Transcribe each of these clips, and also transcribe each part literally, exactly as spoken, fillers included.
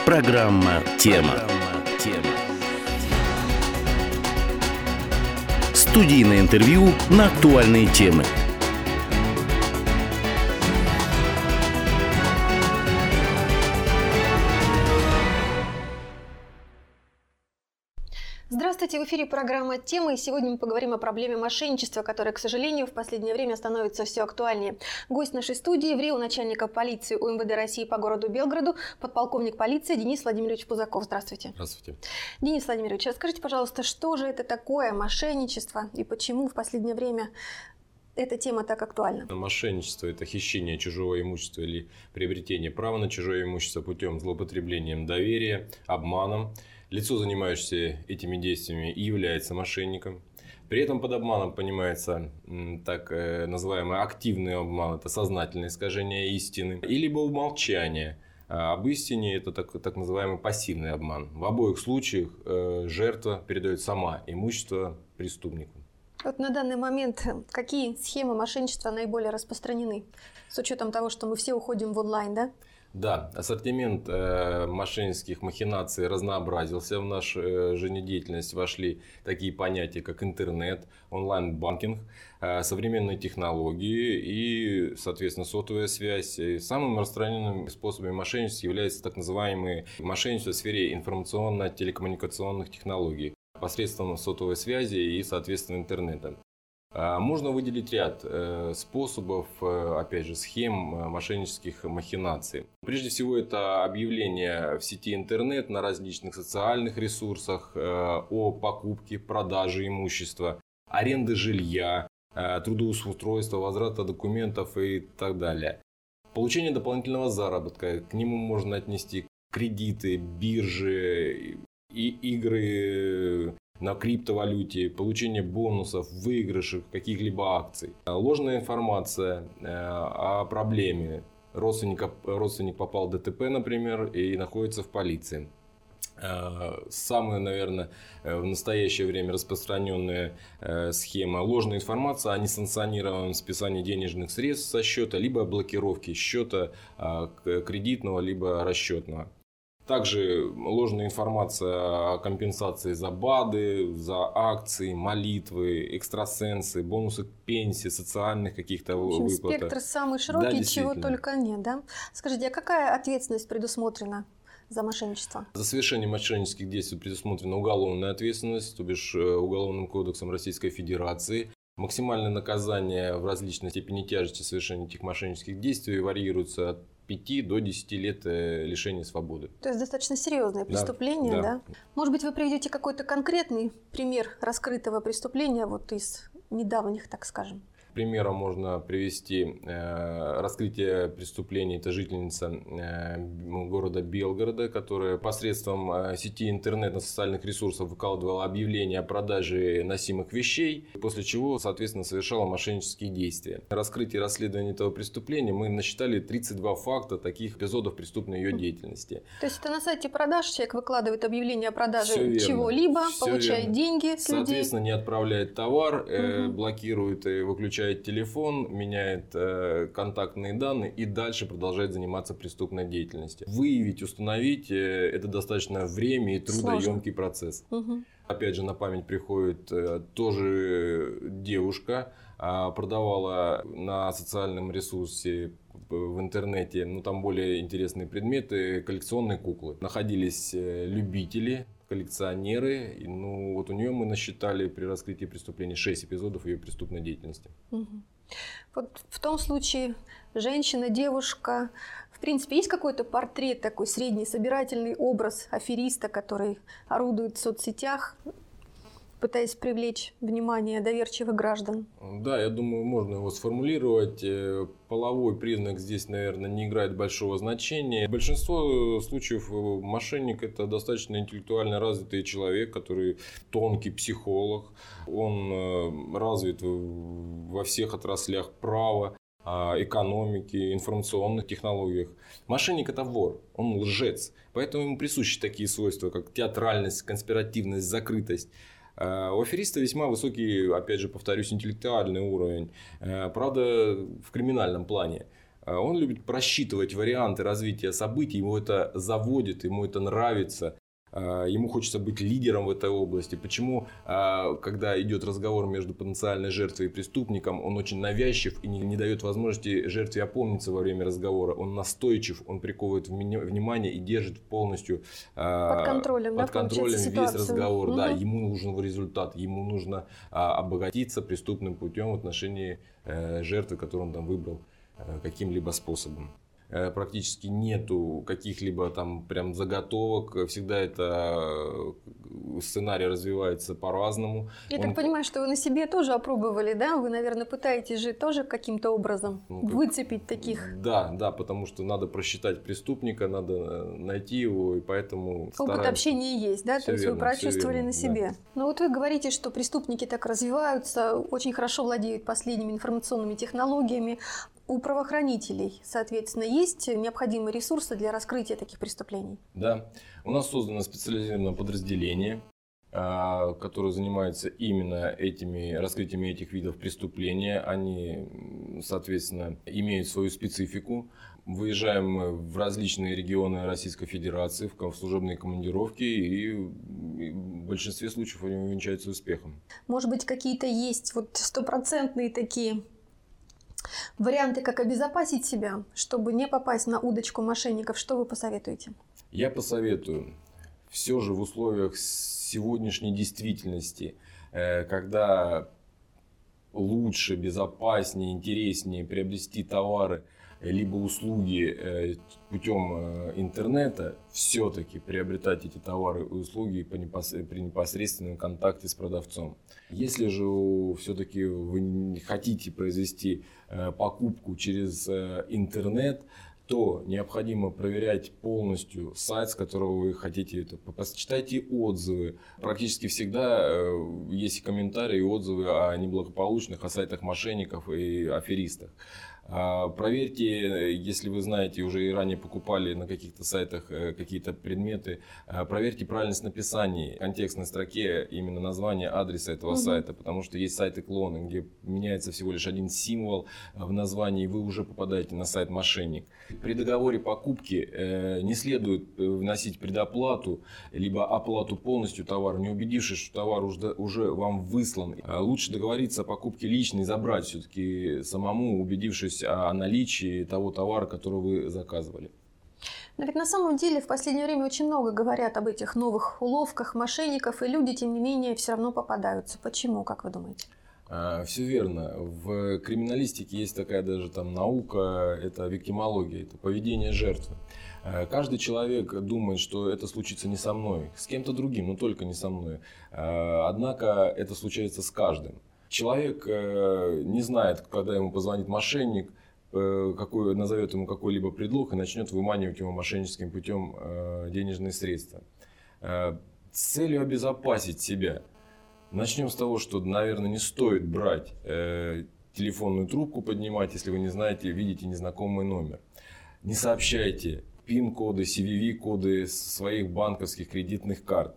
Программа «Тема». Студийное интервью на актуальные темы. Здравствуйте, в эфире программа «Тема», и сегодня мы поговорим о проблеме мошенничества, которое, к сожалению, в последнее время становится все актуальнее. Гость нашей студии – в РИО начальника полиции УМВД России по городу Белгороду, подполковник полиции Денис Владимирович Пузаков. Здравствуйте. Здравствуйте. Денис Владимирович, расскажите, пожалуйста, что же это такое мошенничество и почему в последнее время эта тема так актуальна? Мошенничество – это хищение чужого имущества или приобретение права на чужое имущество путем злоупотреблением доверия, обманом. Лицо, занимающееся этими действиями, и является мошенником. При этом под обманом понимается так называемый активный обман, это сознательное искажение истины, и либо умолчание об истине, это так, так называемый пассивный обман. В обоих случаях жертва передает сама имущество преступнику. Вот на данный момент какие схемы мошенничества наиболее распространены? С учетом того, что мы все уходим в онлайн, да? Да, ассортимент э, мошеннических махинаций разнообразился. В нашу э, жизнедеятельность вошли такие понятия, как интернет, онлайн-банкинг, э, современные технологии и, соответственно, сотовая связь. И самым распространенным способом мошенничества является так называемые мошенничества в сфере информационно-телекоммуникационных технологий посредством сотовой связи и, соответственно, интернета. Можно выделить ряд способов, опять же, схем мошеннических махинаций. Прежде всего, это объявление в сети интернет на различных социальных ресурсах о покупке, продаже имущества, аренды жилья, трудоустройства, возврата документов и так далее. Получение дополнительного заработка. К нему можно отнести кредиты, биржи и игры на криптовалюте, получение бонусов, выигрышей, каких-либо акций. Ложная информация о проблеме. Родственник, родственник попал в ДТП, например, и находится в полиции. Самая, наверное, в настоящее время распространенная схема ложная информация о несанкционированном списании денежных средств со счета, либо блокировке счета кредитного, либо расчетного. Также ложная информация о компенсации за БАДы, за акции, молитвы, экстрасенсы, бонусы к пенсии, социальных каких-то выплат. Спектр самый широкий, да, чего только нет, да? Скажите, а какая ответственность предусмотрена за мошенничество? За совершение мошеннических действий предусмотрена уголовная ответственность, то бишь Уголовным кодексом Российской Федерации. Максимальное наказание в различной степени тяжести совершения этих мошеннических действий варьируется от пяти до десяти лет лишения свободы. То есть достаточно серьезное преступление, да? да? да? Может быть, вы приведете какой-то конкретный пример раскрытого преступления вот из недавних, так скажем? Примером можно привести э, раскрытие преступления. Это жительница э, города Белгорода, которая посредством э, сети интернет на социальных ресурсах выкладывала объявления о продаже носимых вещей, после чего, соответственно, совершала мошеннические действия. На раскрытие расследования этого преступления мы насчитали тридцать два факта таких эпизодов преступной ее деятельности. То есть это на сайте продаж человек выкладывает объявление о продаже Все чего-либо, Все получает верно. деньги с Соответственно, людей. не отправляет товар, э, угу. блокирует и выключает телефон, меняет э, контактные данные и дальше продолжает заниматься преступной деятельностью. Выявить, установить э, это достаточно время и трудоемкий процесс. Угу. Опять же, на память приходит э, тоже девушка, э, продавала на социальном ресурсе в интернете, ну там более интересные предметы, коллекционные куклы. Находились э, любители, коллекционеры. Ну, вот у нее мы насчитали при раскрытии преступления шесть эпизодов ее преступной деятельности. Угу. Вот в том случае женщина, девушка, в принципе, есть какой-то портрет такой средний, собирательный образ афериста, который орудует в соцсетях, пытаясь привлечь внимание доверчивых граждан? Да, я думаю, можно его сформулировать. Половой признак здесь, наверное, не играет большого значения. Большинство случаев мошенник – это достаточно интеллектуально развитый человек, который тонкий психолог. Он развит во всех отраслях права, экономики, информационных технологиях. Мошенник – это вор, он лжец. Поэтому ему присущи такие свойства, как театральность, конспиративность, закрытость. У афериста весьма высокий, опять же, повторюсь, интеллектуальный уровень. Правда, в криминальном плане. Он любит просчитывать варианты развития событий, ему это заводит, ему это нравится. Ему хочется быть лидером в этой области. Почему, когда идет разговор между потенциальной жертвой и преступником, он очень навязчив и не, не дает возможности жертве опомниться во время разговора. Он настойчив, он приковывает внимание и держит полностью под контролем, под да, контролем весь разговор. Угу. Да, ему нужен результат, ему нужно обогатиться преступным путем в отношении жертвы, которую он там выбрал каким-либо способом. Практически нету каких-либо там прям заготовок, всегда это сценарий развивается по-разному. Я Он... так понимаю, что вы на себе тоже опробовали, да? Вы, наверное, пытаетесь же тоже каким-то образом ну, как... выцепить таких. Да, да, потому что надо просчитать преступника, надо найти его, и поэтому опыт стараемся. Общения есть, да? Все То есть верно, вы прочувствовали верно, на себе. Да. Но вот вы говорите, что преступники так развиваются, очень хорошо владеют последними информационными технологиями. У правоохранителей, соответственно, есть необходимые ресурсы для раскрытия таких преступлений? Да. У нас создано специализированное подразделение, которое занимается именно этими, раскрытиями этих видов преступления. Они, соответственно, имеют свою специфику. Выезжаем в различные регионы Российской Федерации в служебные командировки, и в большинстве случаев они увенчаются успехом. Может быть, какие-то есть вот стопроцентные такие... варианты, как обезопасить себя, чтобы не попасть на удочку мошенников, что вы посоветуете? Я посоветую все же в условиях сегодняшней действительности, когда лучше, безопаснее, интереснее приобрести товары либо услуги путем интернета, все-таки приобретать эти товары и услуги при непосредственном контакте с продавцом. Если же все-таки вы хотите произвести покупку через интернет, то необходимо проверять полностью сайт, с которого вы хотите это. Почитайте отзывы. Практически всегда есть комментарии и отзывы о неблагополучных, о сайтах мошенников и аферистах. Проверьте, если вы знаете, уже и ранее покупали на каких-то сайтах какие-то предметы, проверьте правильность написания в контекстной строке, именно название адреса этого угу. сайта, потому что есть сайты-клоны, где меняется всего лишь один символ в названии, и вы уже попадаете на сайт мошенник. При договоре покупки не следует вносить предоплату, либо оплату полностью товара, не убедившись, что товар уже вам выслан. Лучше договориться о покупке лично и забрать все-таки самому, убедившись о наличии того товара, который вы заказывали. Но ведь на самом деле в последнее время очень много говорят об этих новых уловках мошенников, и люди, тем не менее, все равно попадаются. Почему, как вы думаете? Все верно. В криминалистике есть такая даже там наука, это виктимология, это поведение жертвы. Каждый человек думает, что это случится не со мной, с кем-то другим, но только не со мной. Однако это случается с каждым. Человек не знает, когда ему позвонит мошенник, какой, назовет ему какой-либо предлог и начнет выманивать его мошенническим путем денежные средства. С целью обезопасить себя. Начнем с того, что, наверное, не стоит брать телефонную трубку, поднимать, если вы не знаете, видите незнакомый номер. Не сообщайте пин-коды, си ви ви-коды своих банковских кредитных карт.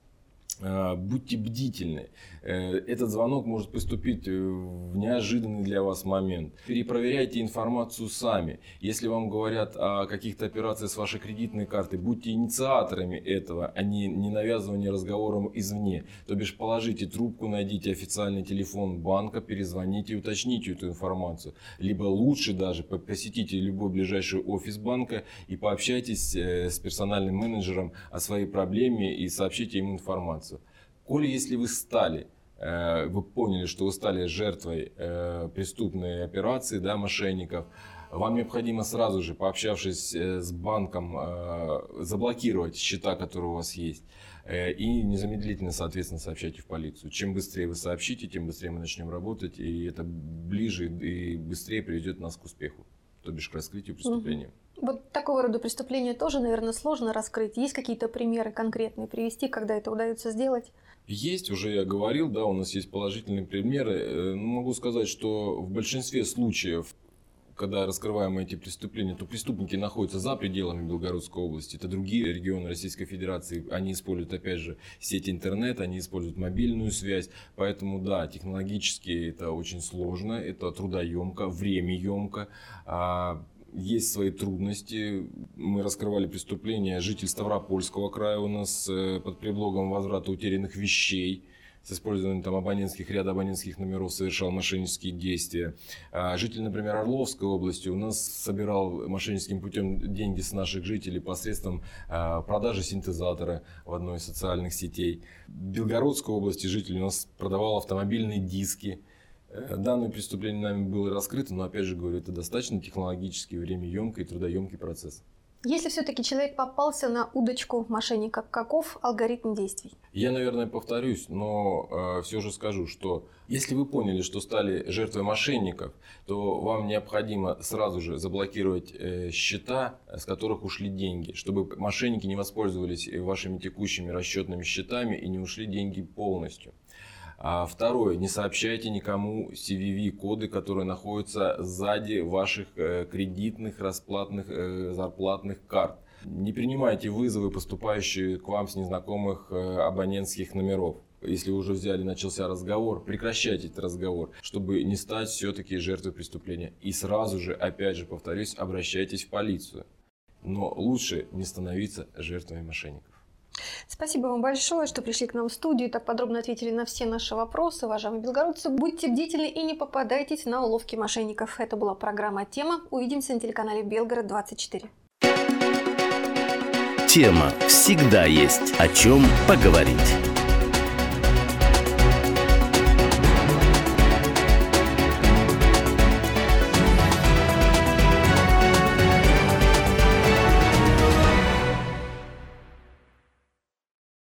Будьте бдительны. Этот звонок может поступить в неожиданный для вас момент. Перепроверяйте информацию сами. Если вам говорят о каких-то операциях с вашей кредитной картой, будьте инициаторами этого, а не, не навязывание разговором извне. То бишь положите трубку, найдите официальный телефон банка, перезвоните и уточните эту информацию. Либо лучше даже посетите любой ближайший офис банка и пообщайтесь с персональным менеджером о своей проблеме и сообщите ему информацию. Коли, если вы стали, вы поняли, что вы стали жертвой преступной операции, да, мошенников, вам необходимо сразу же, пообщавшись с банком, заблокировать счета, которые у вас есть, и незамедлительно, соответственно, сообщайте в полицию. Чем быстрее вы сообщите, тем быстрее мы начнем работать, и это ближе и быстрее приведет нас к успеху, то бишь к раскрытию преступления. Вот такого рода преступления тоже, наверное, сложно раскрыть. Есть какие-то примеры конкретные привести, когда это удается сделать? Есть, уже я говорил, да, у нас есть положительные примеры. Могу сказать, что в большинстве случаев, когда раскрываем эти преступления, то преступники находятся за пределами Белгородской области. Это другие регионы Российской Федерации. Они используют, опять же, сеть интернет, они используют мобильную связь. Поэтому, да, технологически это очень сложно, это трудоемко, времяемко. есть свои трудности. Мы раскрывали преступления. Житель Ставропольского края у нас под предлогом возврата утерянных вещей с использованием там абонентских, ряда абонентских номеров совершал мошеннические действия. А житель, например, Орловской области у нас собирал мошенническим путем деньги с наших жителей посредством а, продажи синтезатора в одной из социальных сетей. В Белгородской области житель у нас продавал автомобильные диски. Данное преступление нами было раскрыто, но, опять же говорю, это достаточно технологически времяемкий и трудоемкий процесс. Если все-таки человек попался на удочку мошенника, каков алгоритм действий? Я, наверное, повторюсь, но э, все же скажу, что если вы поняли, что стали жертвой мошенников, то вам необходимо сразу же заблокировать э, счета, с которых ушли деньги, чтобы мошенники не воспользовались вашими текущими расчетными счетами и не ушли деньги полностью. А второе, не сообщайте никому си ви ви-коды, которые находятся сзади ваших э, кредитных, расплатных, э, зарплатных карт. Не принимайте вызовы, поступающие к вам с незнакомых э, абонентских номеров. Если вы уже взяли, начался разговор, прекращайте этот разговор, чтобы не стать все-таки жертвой преступления. И сразу же, опять же повторюсь, обращайтесь в полицию. Но лучше не становиться жертвой мошенников. Спасибо вам большое, что пришли к нам в студию и так подробно ответили на все наши вопросы. Уважаемые белгородцы, будьте бдительны и не попадайтесь на уловки мошенников. Это была программа «Тема». Увидимся на телеканале Белгород двадцать четыре. Тема. Всегда есть о чем поговорить.